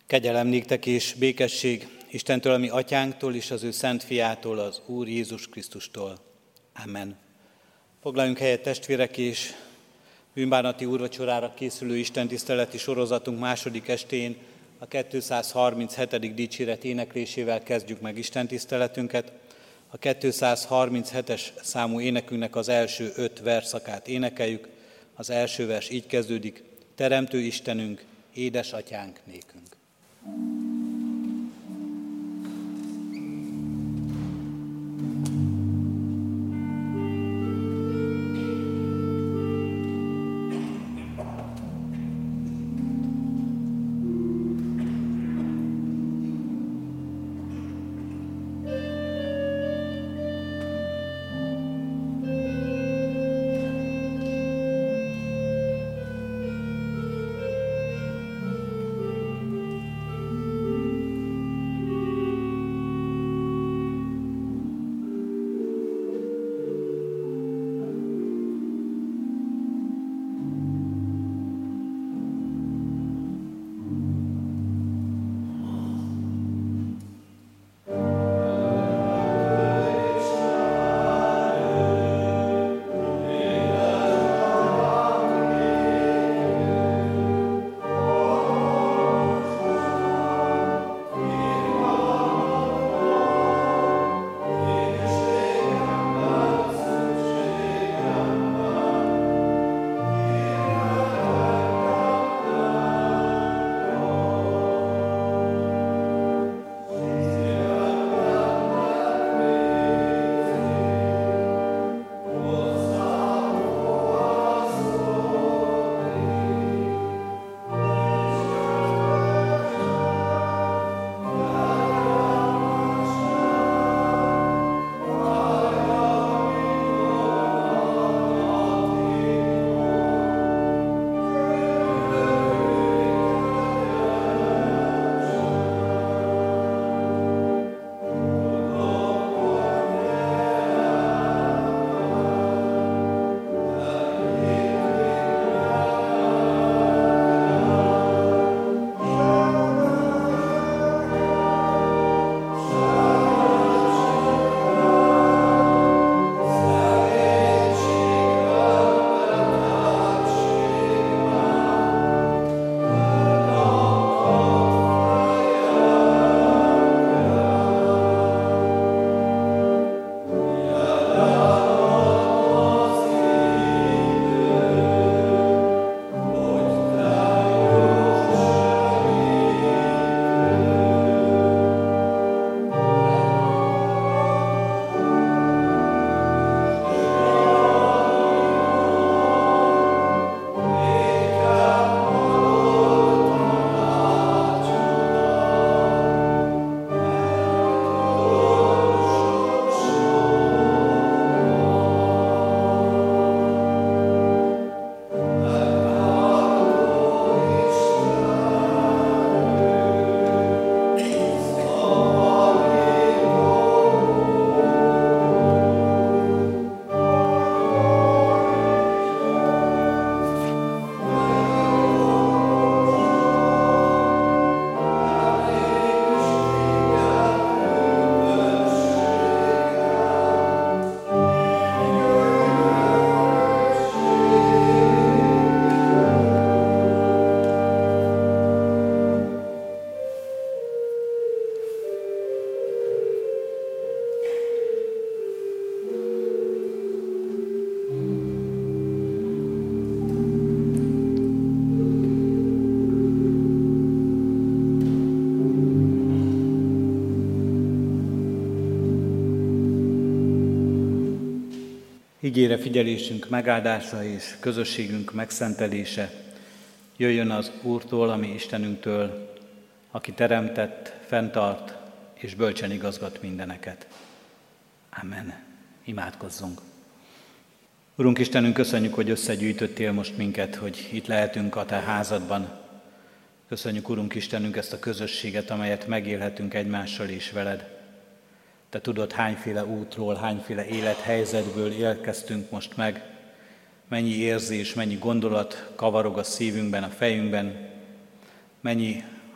Kegyelem néktek és békesség Istentől, a mi atyánktól és az ő szent fiától, az Úr Jézus Krisztustól. Amen. Foglaljunk helyet, testvérek, és bűnbánati úrvacsorára készülő istentiszteleti sorozatunk második estén a 237. dicséret éneklésével kezdjük meg istentiszteletünket. A 237-es számú énekünknek az első 5 verszakát énekeljük. Az első vers így kezdődik: Teremtő Istenünk, édesatyánk nékünk. Igére figyelésünk megáldása és közösségünk megszentelése jöjjön az Úrtól, a mi Istenünktől, aki teremtett, fenntart és bölcsen igazgat mindeneket. Amen. Imádkozzunk. Urunk Istenünk, köszönjük, hogy összegyűjtöttél most minket, hogy itt lehetünk a Te házadban. Köszönjük, Urunk Istenünk, ezt a közösséget, amelyet megélhetünk egymással és veled. Te tudod, hányféle útról, hányféle élethelyzetből érkeztünk most meg, mennyi érzés, mennyi gondolat kavarog a szívünkben, a fejünkben, mennyi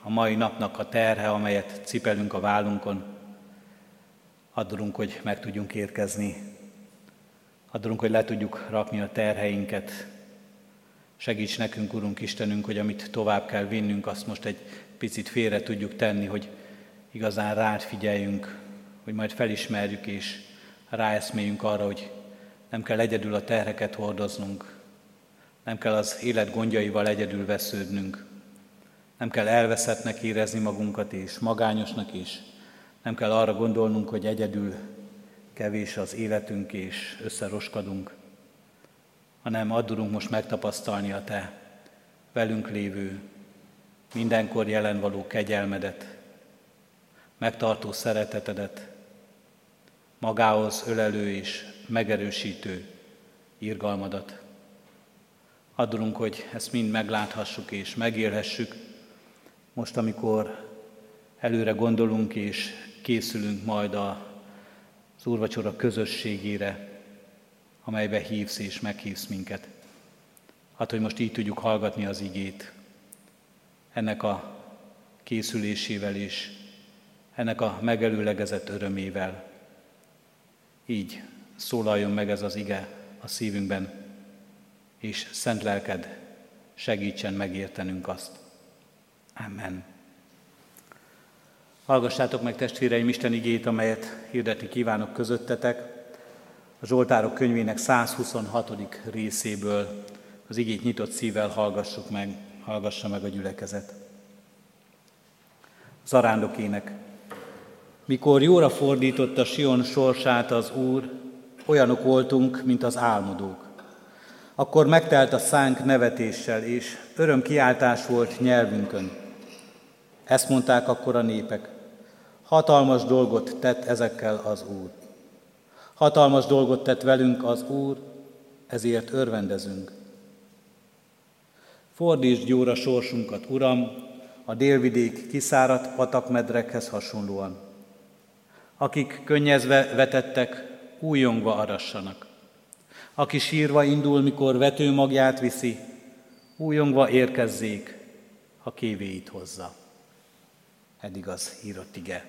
a mai napnak a terhe, amelyet cipelünk a vállunkon. Add, Urunk, hogy meg tudjunk érkezni. Add, Urunk, hogy le tudjuk rakni a terheinket. Segíts nekünk, Urunk Istenünk, hogy amit tovább kell vinnünk, azt most egy picit félre tudjuk tenni, hogy igazán rád figyeljünk, hogy majd felismerjük és ráeszméljünk arra, hogy nem kell egyedül a terheket hordoznunk, nem kell az élet gondjaival egyedül vesződnünk, nem kell elveszettnek érezni magunkat és magányosnak is, nem kell arra gondolnunk, hogy egyedül kevés az életünk és összeroskadunk, hanem add, Urunk, most megtapasztalni a Te velünk lévő, mindenkor jelen való kegyelmedet, megtartó szeretetedet, magához ölelő és megerősítő irgalmadat. Add, Urunk, hogy ezt mind megláthassuk és megélhessük, most, amikor előre gondolunk és készülünk majd az úrvacsora közösségére, amelybe hívsz és meghívsz minket. Add, hogy most így tudjuk hallgatni az igét, ennek a készülésével és ennek a megelőlegezett örömével. Így szólaljon meg ez az ige a szívünkben, és szent lelked segítsen megértenünk azt. Amen. Hallgassátok meg, testvéreim, Isten igét, amelyet hirdetni kívánok közöttetek, a Zsoltárok könyvének 126. részéből. Az igét nyitott szívvel hallgassa meg a gyülekezet. Zarándokének. Mikor jóra fordította Sion sorsát az Úr, olyanok voltunk, mint az álmodók. Akkor megtelt a szánk nevetéssel, és örömkiáltás volt nyelvünkön. Ezt mondták akkor a népek. Hatalmas dolgot tett ezekkel az Úr. Hatalmas dolgot tett velünk az Úr, ezért örvendezünk. Fordítsd jóra sorsunkat, Uram, a délvidék kiszáradt patakmedrekhez hasonlóan. Akik könnyezve vetettek, újjongva arassanak. Aki sírva indul, mikor vetőmagját viszi, újjongva érkezzék, ha kévéit hozza. Eddig az írott ige.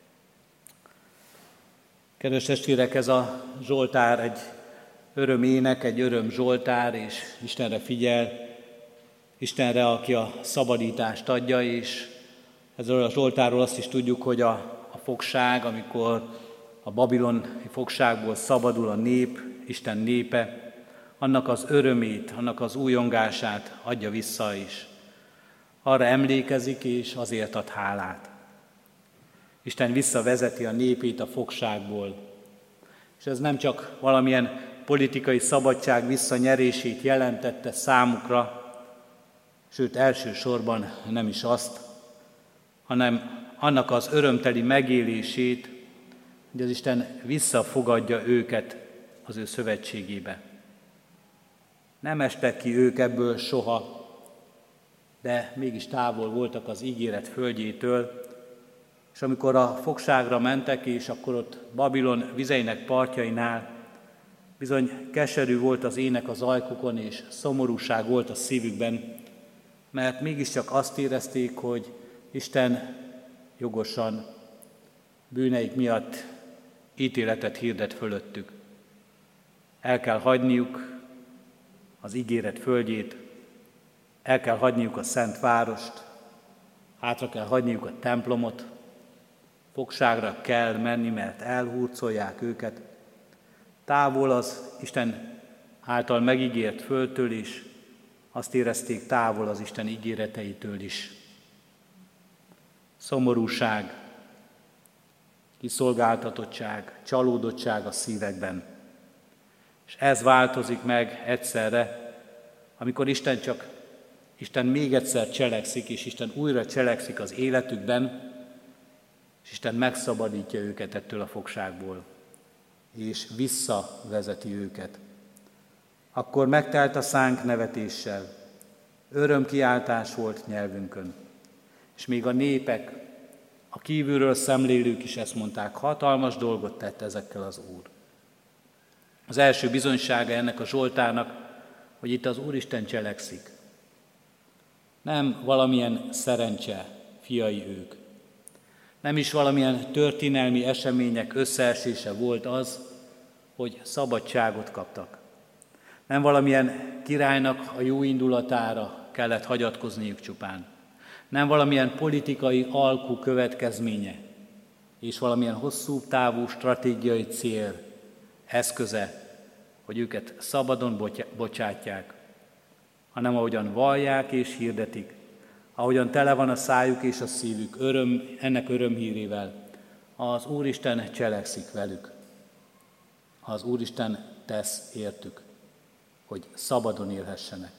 Kedves testvérek, ez a Zsoltár egy örömének, egy öröm Zsoltár, és Istenre figyel, Istenre, aki a szabadítást adja, és ezzel a Zsoltárról azt is tudjuk, hogy a fogság, amikor a babiloni fogságból szabadul a nép, Isten népe, annak az örömét, annak az újongását adja vissza is. Arra emlékezik, és azért ad hálát. Isten visszavezeti a népét a fogságból. És ez nem csak valamilyen politikai szabadság visszanyerését jelentette számukra, sőt elsősorban nem is azt, hanem annak az örömteli megélését, hogy az Isten visszafogadja őket az ő szövetségébe. Nem estek ki ők ebből soha, de mégis távol voltak az ígéret földjétől, és amikor a fogságra mentek, és akkor ott Babilon vizeinek partjainál bizony keserű volt az ének az ajkukon, és szomorúság volt a szívükben, mert mégiscsak azt érezték, hogy Isten jogosan bűneik miatt ítéletet hirdet fölöttük. El kell hagyniuk az ígéret földjét, el kell hagyniuk a szent várost, hátra kell hagyniuk a templomot, fogságra kell menni, mert elhurcolják őket, távol az Isten által megígért földtől is, azt érezték távol az Isten ígéreteitől is. Szomorúság, kiszolgáltatottság, csalódottság a szívekben. És ez változik meg egyszerre, amikor Isten még egyszer cselekszik, és Isten újra cselekszik az életükben, és Isten megszabadítja őket ettől a fogságból, és visszavezeti őket. Akkor megtelt a szánk nevetéssel, örömkiáltás volt nyelvünkön, és még a népek, a kívülről szemlélők is ezt mondták, hatalmas dolgot tett ezekkel az Úr. Az első bizonysága ennek a Zsoltárnak, hogy itt az Úristen cselekszik. Nem valamilyen szerencse fiai ők. Nem is valamilyen történelmi események összeesése volt az, hogy szabadságot kaptak. Nem valamilyen királynak a jó indulatára kellett hagyatkozniuk csupán. Nem valamilyen politikai alkú következménye, és valamilyen hosszú távú stratégiai cél, eszköze, hogy őket szabadon bocsátják, hanem ahogyan vallják és hirdetik, ahogyan tele van a szájuk és a szívük ennek örömhírével, az Úristen cselekszik velük. Az Úristen tesz értük, hogy szabadon élhessenek.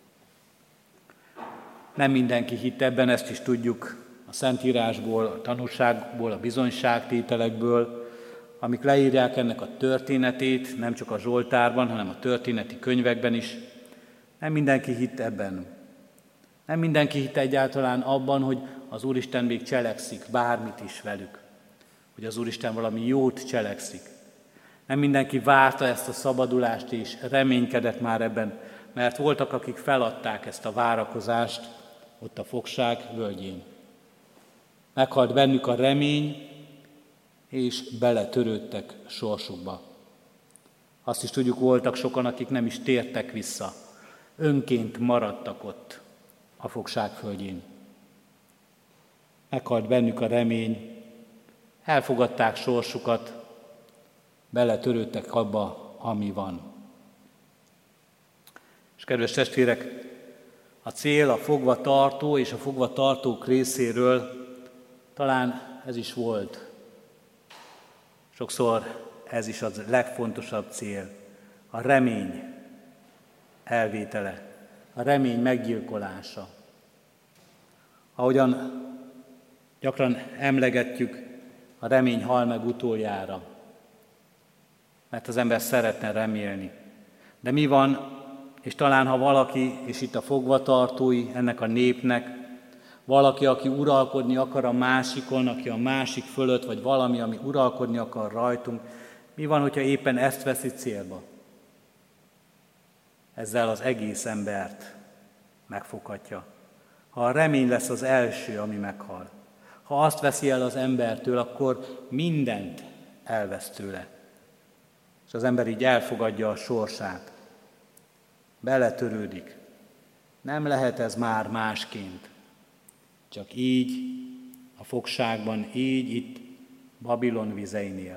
Nem mindenki hitt ebben, ezt is tudjuk a Szentírásból, a tanúságból, a bizonyságtételekből, amik leírják ennek a történetét, nem csak a Zsoltárban, hanem a történeti könyvekben is. Nem mindenki hitt ebben. Nem mindenki hitt egyáltalán abban, hogy az Úristen még cselekszik bármit is velük, hogy az Úristen valami jót cselekszik. Nem mindenki várta ezt a szabadulást és reménykedett már ebben, mert voltak, akik feladták ezt a várakozást ott a fogság völgyén. Meghalt bennük a remény, és beletörődtek sorsukba. Azt is tudjuk, voltak sokan, akik nem is tértek vissza, önként maradtak ott a fogság földjén. Meghalt bennük a remény, elfogadták sorsukat, beletörődtek abba, ami van. És kedves testvérek, a cél a fogvatartó és a fogvatartók részéről talán ez is volt. Sokszor ez is az legfontosabb cél, a remény elvétele, a remény meggyilkolása. Ahogyan gyakran emlegetjük, a remény hal meg utoljára, mert az ember szeretne remélni. De mi van, és talán ha valaki, és itt a fogvatartói ennek a népnek, valaki, aki uralkodni akar a másikon, aki a másik fölött, vagy valami, ami uralkodni akar rajtunk, mi van, hogyha éppen ezt veszi célba? Ezzel az egész embert megfoghatja. Ha a remény lesz az első, ami meghal, ha azt veszi el az embertől, akkor mindent elvesz tőle. És az ember így elfogadja a sorsát. Beletörődik. Nem lehet ez már másként. Csak így, a fogságban, így itt, Babilon vizeinél.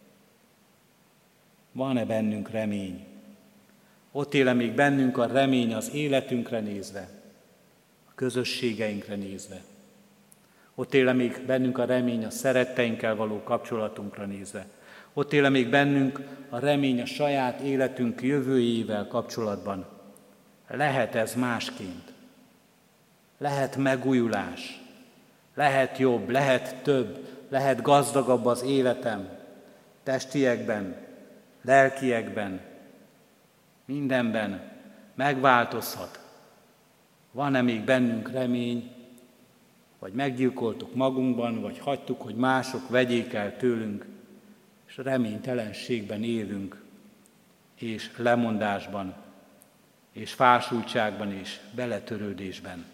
Van-e bennünk remény? Ott él még bennünk a remény az életünkre nézve, a közösségeinkre nézve. Ott él még bennünk a remény a szeretteinkkel való kapcsolatunkra nézve. Ott él még bennünk a remény a saját életünk jövőjével kapcsolatban. Lehet ez másként. Lehet megújulás. Lehet jobb, lehet több, lehet gazdagabb az életem. Testiekben, lelkiekben, mindenben megváltozhat. Van-e még bennünk remény, vagy meggyilkoltuk magunkban, vagy hagytuk, hogy mások vegyék el tőlünk, és reménytelenségben élünk, és lemondásban, és fásultságban, és beletörődésben.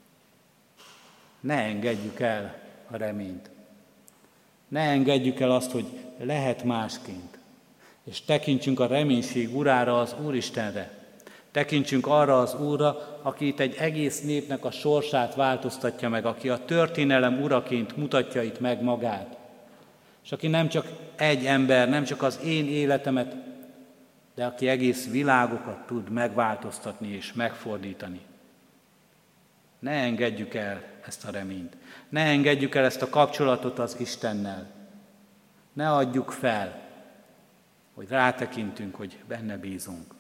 Ne engedjük el a reményt. Ne engedjük el azt, hogy lehet másként. És tekintsünk a reménység urára, az Úristenre. Tekintsünk arra az Úrra, aki itt egy egész népnek a sorsát változtatja meg, aki a történelem uraként mutatja itt meg magát. És aki nem csak egy ember, nem csak az én életemet, de aki egész világokat tud megváltoztatni és megfordítani. Ne engedjük el ezt a reményt. Ne engedjük el ezt a kapcsolatot az Istennel. Ne adjuk fel, hogy rátekintünk, hogy benne bízunk.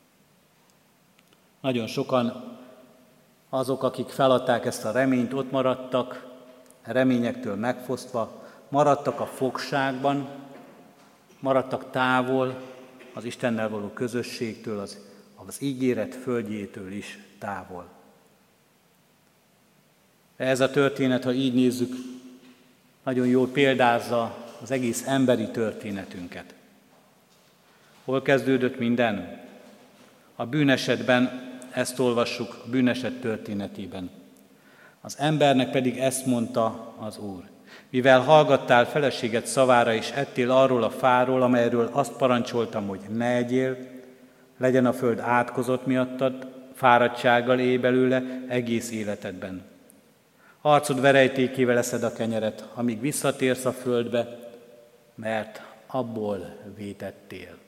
Nagyon sokan azok, akik feladták ezt a reményt, ott maradtak, a reményektől megfosztva, maradtak a fogságban, maradtak távol az Istennel való közösségtől, az ígéret földjétől is távol. Ez a történet, ha így nézzük, nagyon jól példázza az egész emberi történetünket. Hol kezdődött minden? A bűnesetben, ezt olvassuk a bűneset történetében. Az embernek pedig ezt mondta az Úr: mivel hallgattál feleséged szavára, és ettél arról a fáról, amelyről azt parancsoltam, hogy ne egyél, legyen a föld átkozott miattad, fáradtsággal élj belőle egész életedben. Arcod verejtékével eszed a kenyeret, amíg visszatérsz a földbe, mert abból vétettél.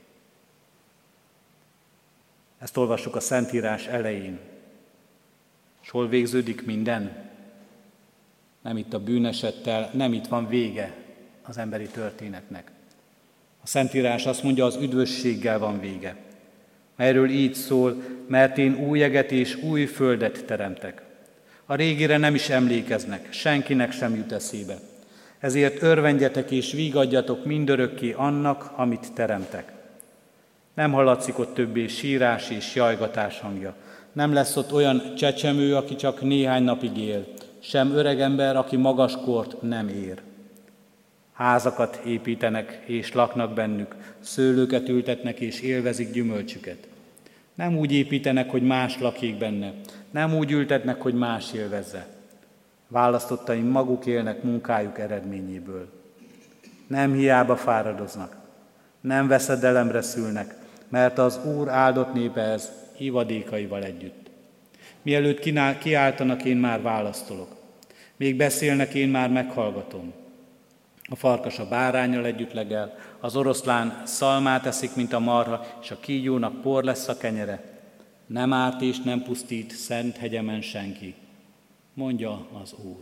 Ezt olvassuk a Szentírás elején. És hol végződik minden? Nem itt a bűnesettel, nem itt van vége az emberi történetnek. A Szentírás azt mondja, az üdvösséggel van vége. Erről így szól, mert én új eget és új földet teremtek. A régire nem is emlékeznek, senkinek sem jut eszébe. Ezért örvendjetek és vígadjatok mindörökké annak, amit teremtek. Nem hallatszik ott többé sírás és jajgatás hangja. Nem lesz ott olyan csecsemő, aki csak néhány napig él, sem öregember, aki magas kort nem ér. Házakat építenek és laknak bennük, szőlőket ültetnek és élvezik gyümölcsüket. Nem úgy építenek, hogy más lakik benne, nem úgy ültetnek, hogy más élvezze. Választottaim maguk élnek munkájuk eredményéből. Nem hiába fáradoznak, nem veszedelemre szülnek, mert az Úr áldott népe ez ivadékaival együtt. Mielőtt kiáltanak, én már választolok. Még beszélnek, én már meghallgatom. A farkas a báránnyal együtt legel, az oroszlán szalmát eszik, mint a marha, és a kígyónak por lesz a kenyere. Nem árt és nem pusztít szent hegyemen senki, mondja az Úr.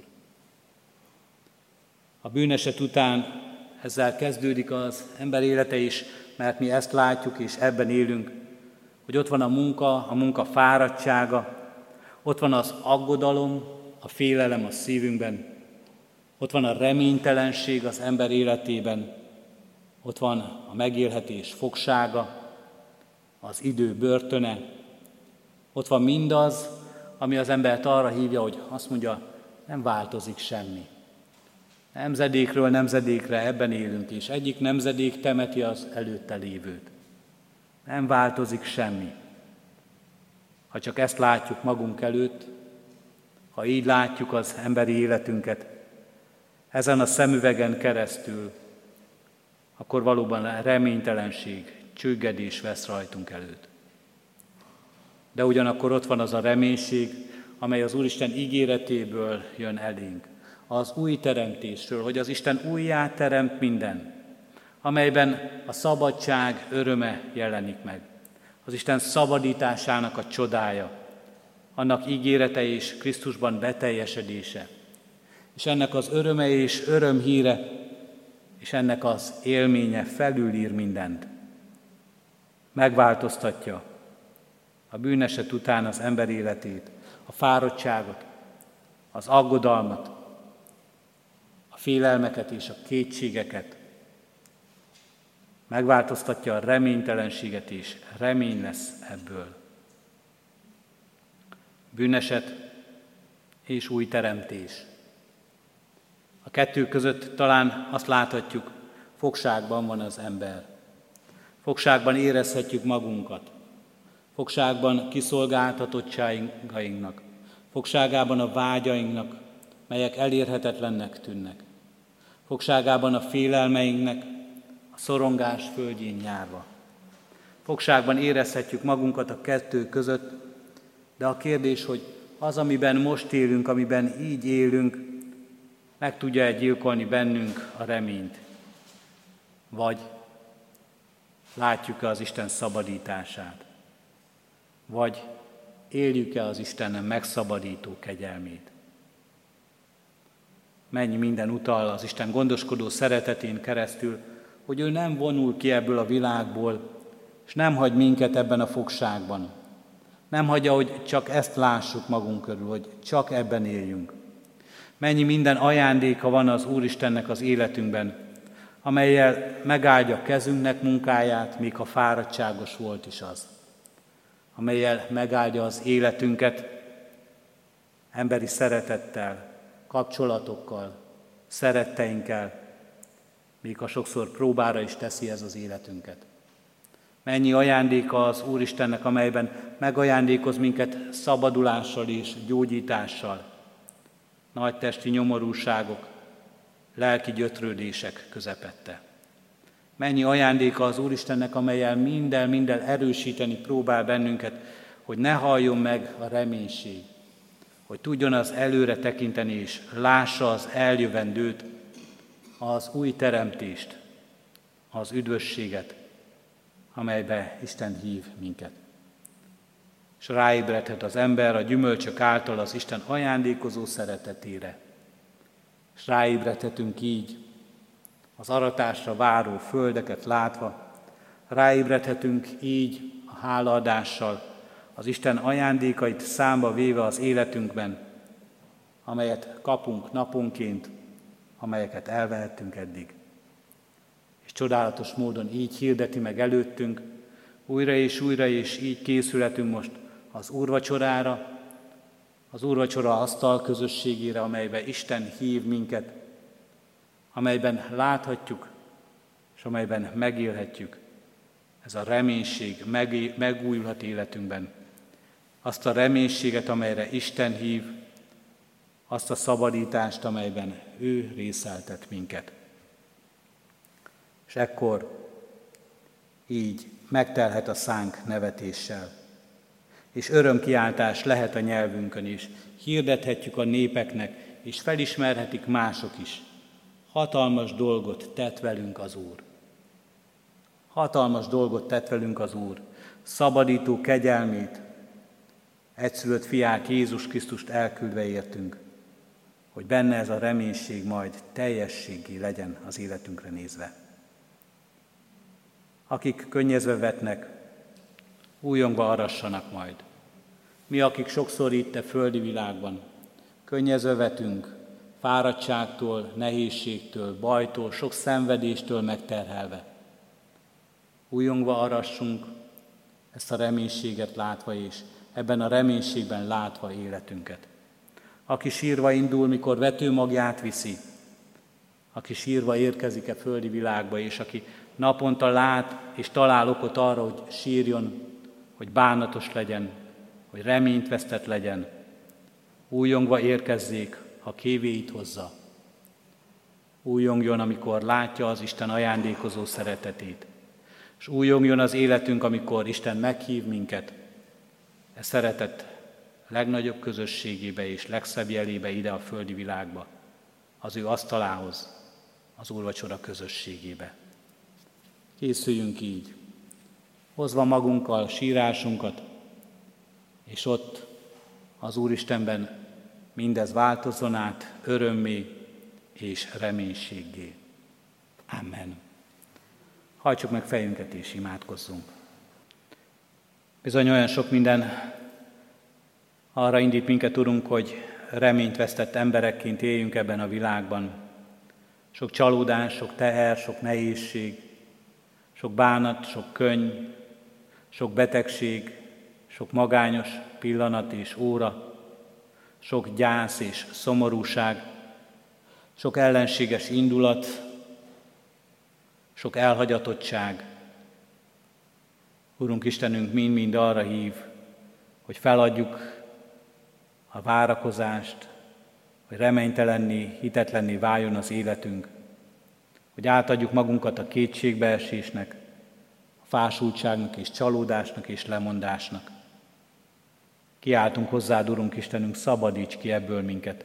A bűneset után ezzel kezdődik az ember élete is, mert mi ezt látjuk és ebben élünk, hogy ott van a munka fáradtsága, ott van az aggodalom, a félelem a szívünkben, ott van a reménytelenség az ember életében, ott van a megélhetés fogsága, az idő börtöne, ott van mindaz, ami az embert arra hívja, hogy azt mondja, nem változik semmi. Nemzedékről nemzedékre ebben élünk, és egyik nemzedék temeti az előtte lévőt. Nem változik semmi. Ha csak ezt látjuk magunk előtt, ha így látjuk az emberi életünket, ezen a szemüvegen keresztül, akkor valóban reménytelenség, csüggedés vesz rajtunk előtt. De ugyanakkor ott van az a reménység, amely az Úristen ígéretéből jön elénk. Az új teremtésről, hogy az Isten újjá teremt minden, amelyben a szabadság öröme jelenik meg. Az Isten szabadításának a csodája, annak ígérete és Krisztusban beteljesedése. És ennek az öröme és örömhíre, és ennek az élménye felülír mindent. Megváltoztatja a bűneset után az ember életét, a fáradtságot, az aggodalmat, a félelmeket és a kétségeket. Megváltoztatja a reménytelenséget is, remény lesz ebből. Bűneset és új teremtés. A kettő között talán azt láthatjuk, fogságban van az ember. Fogságban érezhetjük magunkat. Fogságban kiszolgáltatottságainknak. Fogságában a vágyainknak, melyek elérhetetlennek tűnnek. Fogságában a félelmeinknek, a szorongás földjén járva. Fogságban érezhetjük magunkat a kettő között, de a kérdés, hogy az, amiben most élünk, amiben így élünk, meg tudja gyilkolni bennünk a reményt? Vagy látjuk-e az Isten szabadítását? Vagy éljük-e az Isten megszabadító kegyelmét? Mennyi minden utal az Isten gondoskodó szeretetén keresztül, hogy ő nem vonul ki ebből a világból, és nem hagy minket ebben a fogságban. Nem hagyja, hogy csak ezt lássuk magunk körül, hogy csak ebben éljünk. Mennyi minden ajándéka van az Úristennek az életünkben, amellyel megáldja kezünknek munkáját, még ha fáradtságos volt is az. Amellyel megáldja az életünket emberi szeretettel, kapcsolatokkal, szeretteinkkel, még ha sokszor próbára is teszi ez az életünket. Mennyi ajándéka az Úristennek, amelyben megajándékoz minket szabadulással és gyógyítással. nagy testi nyomorúságok, lelki gyötrődések közepette. Mennyi ajándéka az Úristennek, amellyel minden erősíteni próbál bennünket, hogy ne halljon meg a reménység, hogy tudjon az előre tekinteni és lássa az eljövendőt, az új teremtést, az üdvösséget, amelybe Isten hív minket. És ráébredhet az ember a gyümölcsök által az Isten ajándékozó szeretetére. És ráébredhetünk így az aratásra váró földeket látva, ráébredhetünk így a hálaadással, az Isten ajándékait számba véve az életünkben, amelyet kapunk naponként, amelyeket elvehettünk eddig. És csodálatos módon így hirdeti meg előttünk, újra és így készülhetünk most az úrvacsorára, az úrvacsora asztal közösségére, amelybe Isten hív minket, amelyben láthatjuk, és amelyben megélhetjük. Ez a reménység megújulhat életünkben. Azt a reménységet, amelyre Isten hív, azt a szabadítást, amelyben ő részeltet minket. És ekkor így megtelhet a szánk nevetéssel, és örömkiáltás lehet a nyelvünkön is. Hirdethetjük a népeknek, és felismerhetik mások is. Hatalmas dolgot tett velünk az Úr. Hatalmas dolgot tett velünk az Úr. Szabadító kegyelmét, egyszülött fiát, Jézus Krisztust elküldve értünk, hogy benne ez a reménység majd teljességgé legyen az életünkre nézve. Akik könnyezve vetnek, újongva arassanak majd. Mi, akik sokszor itt a földi világban könnyezve vetünk, fáradtságtól, nehézségtől, bajtól, sok szenvedéstől megterhelve. Újongva arassunk, ezt a reménységet látva, és ebben a reménységben látva életünket. Aki sírva indul, mikor vetőmagját viszi, aki sírva érkezik a földi világba, és aki naponta lát és talál okot arra, hogy sírjon, hogy bánatos legyen, hogy reményt vesztett legyen, újongva érkezzék, ha kévéit hozza. Újongjon, amikor látja az Isten ajándékozó szeretetét, és újongjon az életünk, amikor Isten meghív minket, e szeretet legnagyobb közösségébe és legszebb jelébe ide a földi világba, az ő asztalához, az úrvacsora közösségébe. Készüljünk így, hozva magunkkal sírásunkat, és ott az Úristenben mindez változzon át örömmé és reménységgé. Amen. Hajtsuk meg fejünket és imádkozzunk. Bizony olyan sok minden arra indít minket, Urunk, hogy reményt vesztett emberekként éljünk ebben a világban. Sok csalódás, sok teher, sok nehézség, sok bánat, sok könny, sok betegség, sok magányos pillanat és óra, sok gyász és szomorúság, sok ellenséges indulat, sok elhagyatottság. Urunk Istenünk mind-mind arra hív, hogy feladjuk a várakozást, hogy reménytelenné, hitetlenné váljon az életünk, hogy átadjuk magunkat a kétségbeesésnek, a fásultságnak és csalódásnak és lemondásnak. Kiáltunk hozzád, Urunk Istenünk, szabadíts ki ebből minket.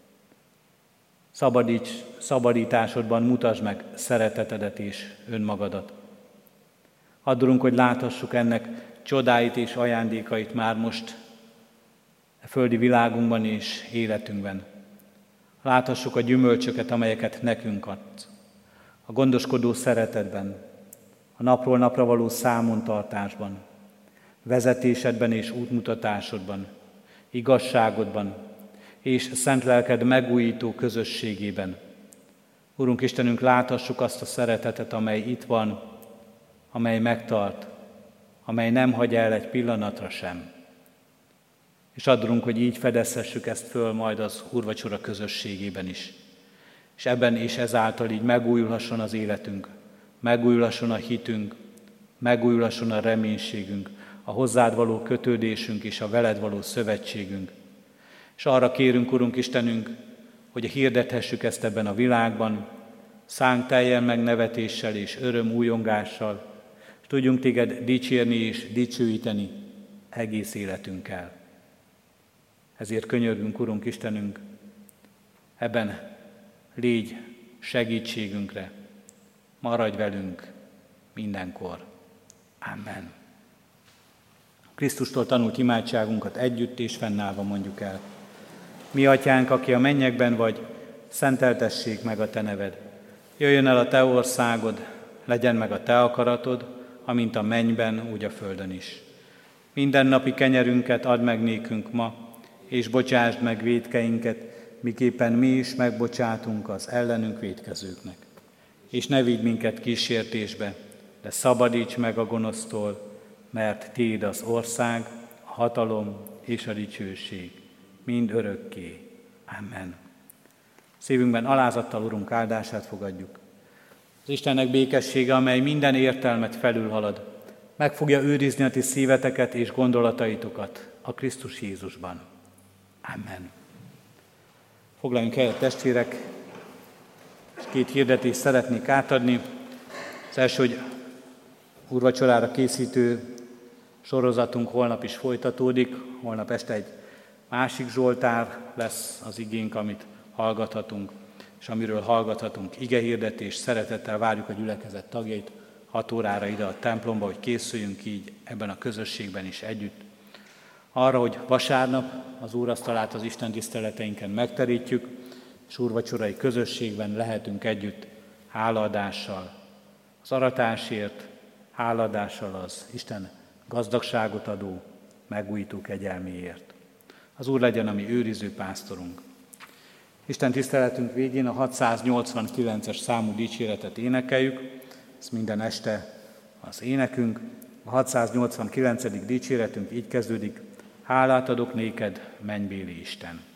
Szabadításodban mutasd meg szeretetedet és önmagadat. Add, Urunk, hogy láthassuk ennek csodáit és ajándékait már most a földi világunkban és életünkben. Láthassuk a gyümölcsöket, amelyeket nekünk adsz. A gondoskodó szeretetben, a napról napra való számontartásban, vezetésedben és útmutatásodban, igazságodban és szent lelked megújító közösségében. Urunk Istenünk, láthassuk azt a szeretetet, amely itt van, amely megtart, amely nem hagy el egy pillanatra sem. És add, hogy így fedezhessük ezt föl majd az úrvacsora közösségében is. És ebben és ezáltal így megújulhasson az életünk, megújulhasson a hitünk, megújulhasson a reménységünk, a hozzád való kötődésünk és a veled való szövetségünk. És arra kérünk, Urunk Istenünk, hogy hirdethessük ezt ebben a világban, szánkteljen megnevetéssel és öröm újongással, és tudjunk téged dicsérni és dicsőíteni egész életünkkel. Ezért könyörgünk, Urunk Istenünk, ebben légy segítségünkre, maradj velünk mindenkor. Amen. Krisztustól tanult imádságunkat együtt és fennállva mondjuk el. Mi atyánk, aki a mennyekben vagy, szenteltessék meg a te neved. Jöjjön el a te országod, legyen meg a te akaratod, amint a mennyben, úgy a földön is. Mindennapi kenyerünket add meg nékünk ma, és bocsásd meg vétkeinket, miképpen mi is megbocsátunk az ellenünk vétkezőknek. És ne vigy minket kísértésbe, de szabadíts meg a gonosztól, mert tiéd az ország, a hatalom és a dicsőség, mind örökké. Amen. Szívünkben alázattal Urunk áldását fogadjuk. Az Istennek békessége, amely minden értelmet felülhalad, meg fogja őrizni a ti szíveteket és gondolataitokat a Krisztus Jézusban. Amen. Foglaljunk helyet, testvérek, és 2 hirdetést szeretnék átadni. Az első, hogy úrvacsorára készítő sorozatunk holnap is folytatódik. Holnap este egy másik zsoltár lesz az igénk, amit hallgathatunk, és amiről hallgathatunk igehirdetést. Szeretettel várjuk a gyülekezet tagjait 6 órára ide a templomba, hogy készüljünk így ebben a közösségben is együtt. Arra, hogy vasárnap az úrasztalát az Isten tiszteleteinken megterítjük, és úrvacsorai közösségben lehetünk együtt hálaadással az aratásért, hálaadással az Isten gazdagságot adó, megújító kegyelméért. Az Úr legyen a mi őriző pásztorunk. Isten tiszteletünk végén a 689-es számú dicséretet énekeljük, ez minden este az énekünk. A 689. dicséretünk így kezdődik: hálát adok néked, mennybéli Isten.